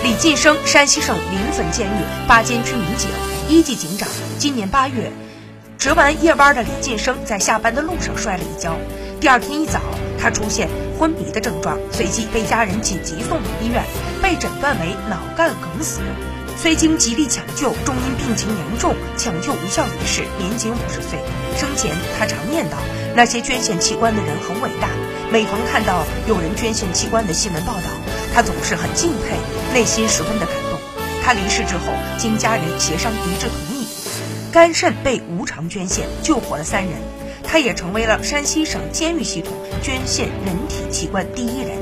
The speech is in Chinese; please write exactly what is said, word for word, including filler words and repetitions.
李晋生，山西省临汾监狱八监区民警，一级警长。今年八月，值完夜班的李晋生在下班的路上摔了一跤。第二天一早，他出现昏迷的症状，随即被家人紧急送往医院，被诊断为脑干梗死。虽经极力抢救，终因病情严重，抢救无效离世，年仅五十岁。生前他常念叨，那些捐献器官的人很伟大。每逢看到有人捐献器官的新闻报道，他总是很敬佩，内心十分的感动。他离世之后，经家人协商一致同意，肝肾被无偿捐献，救活了三人。他也成为了山西省监狱系统捐献人体器官第一人。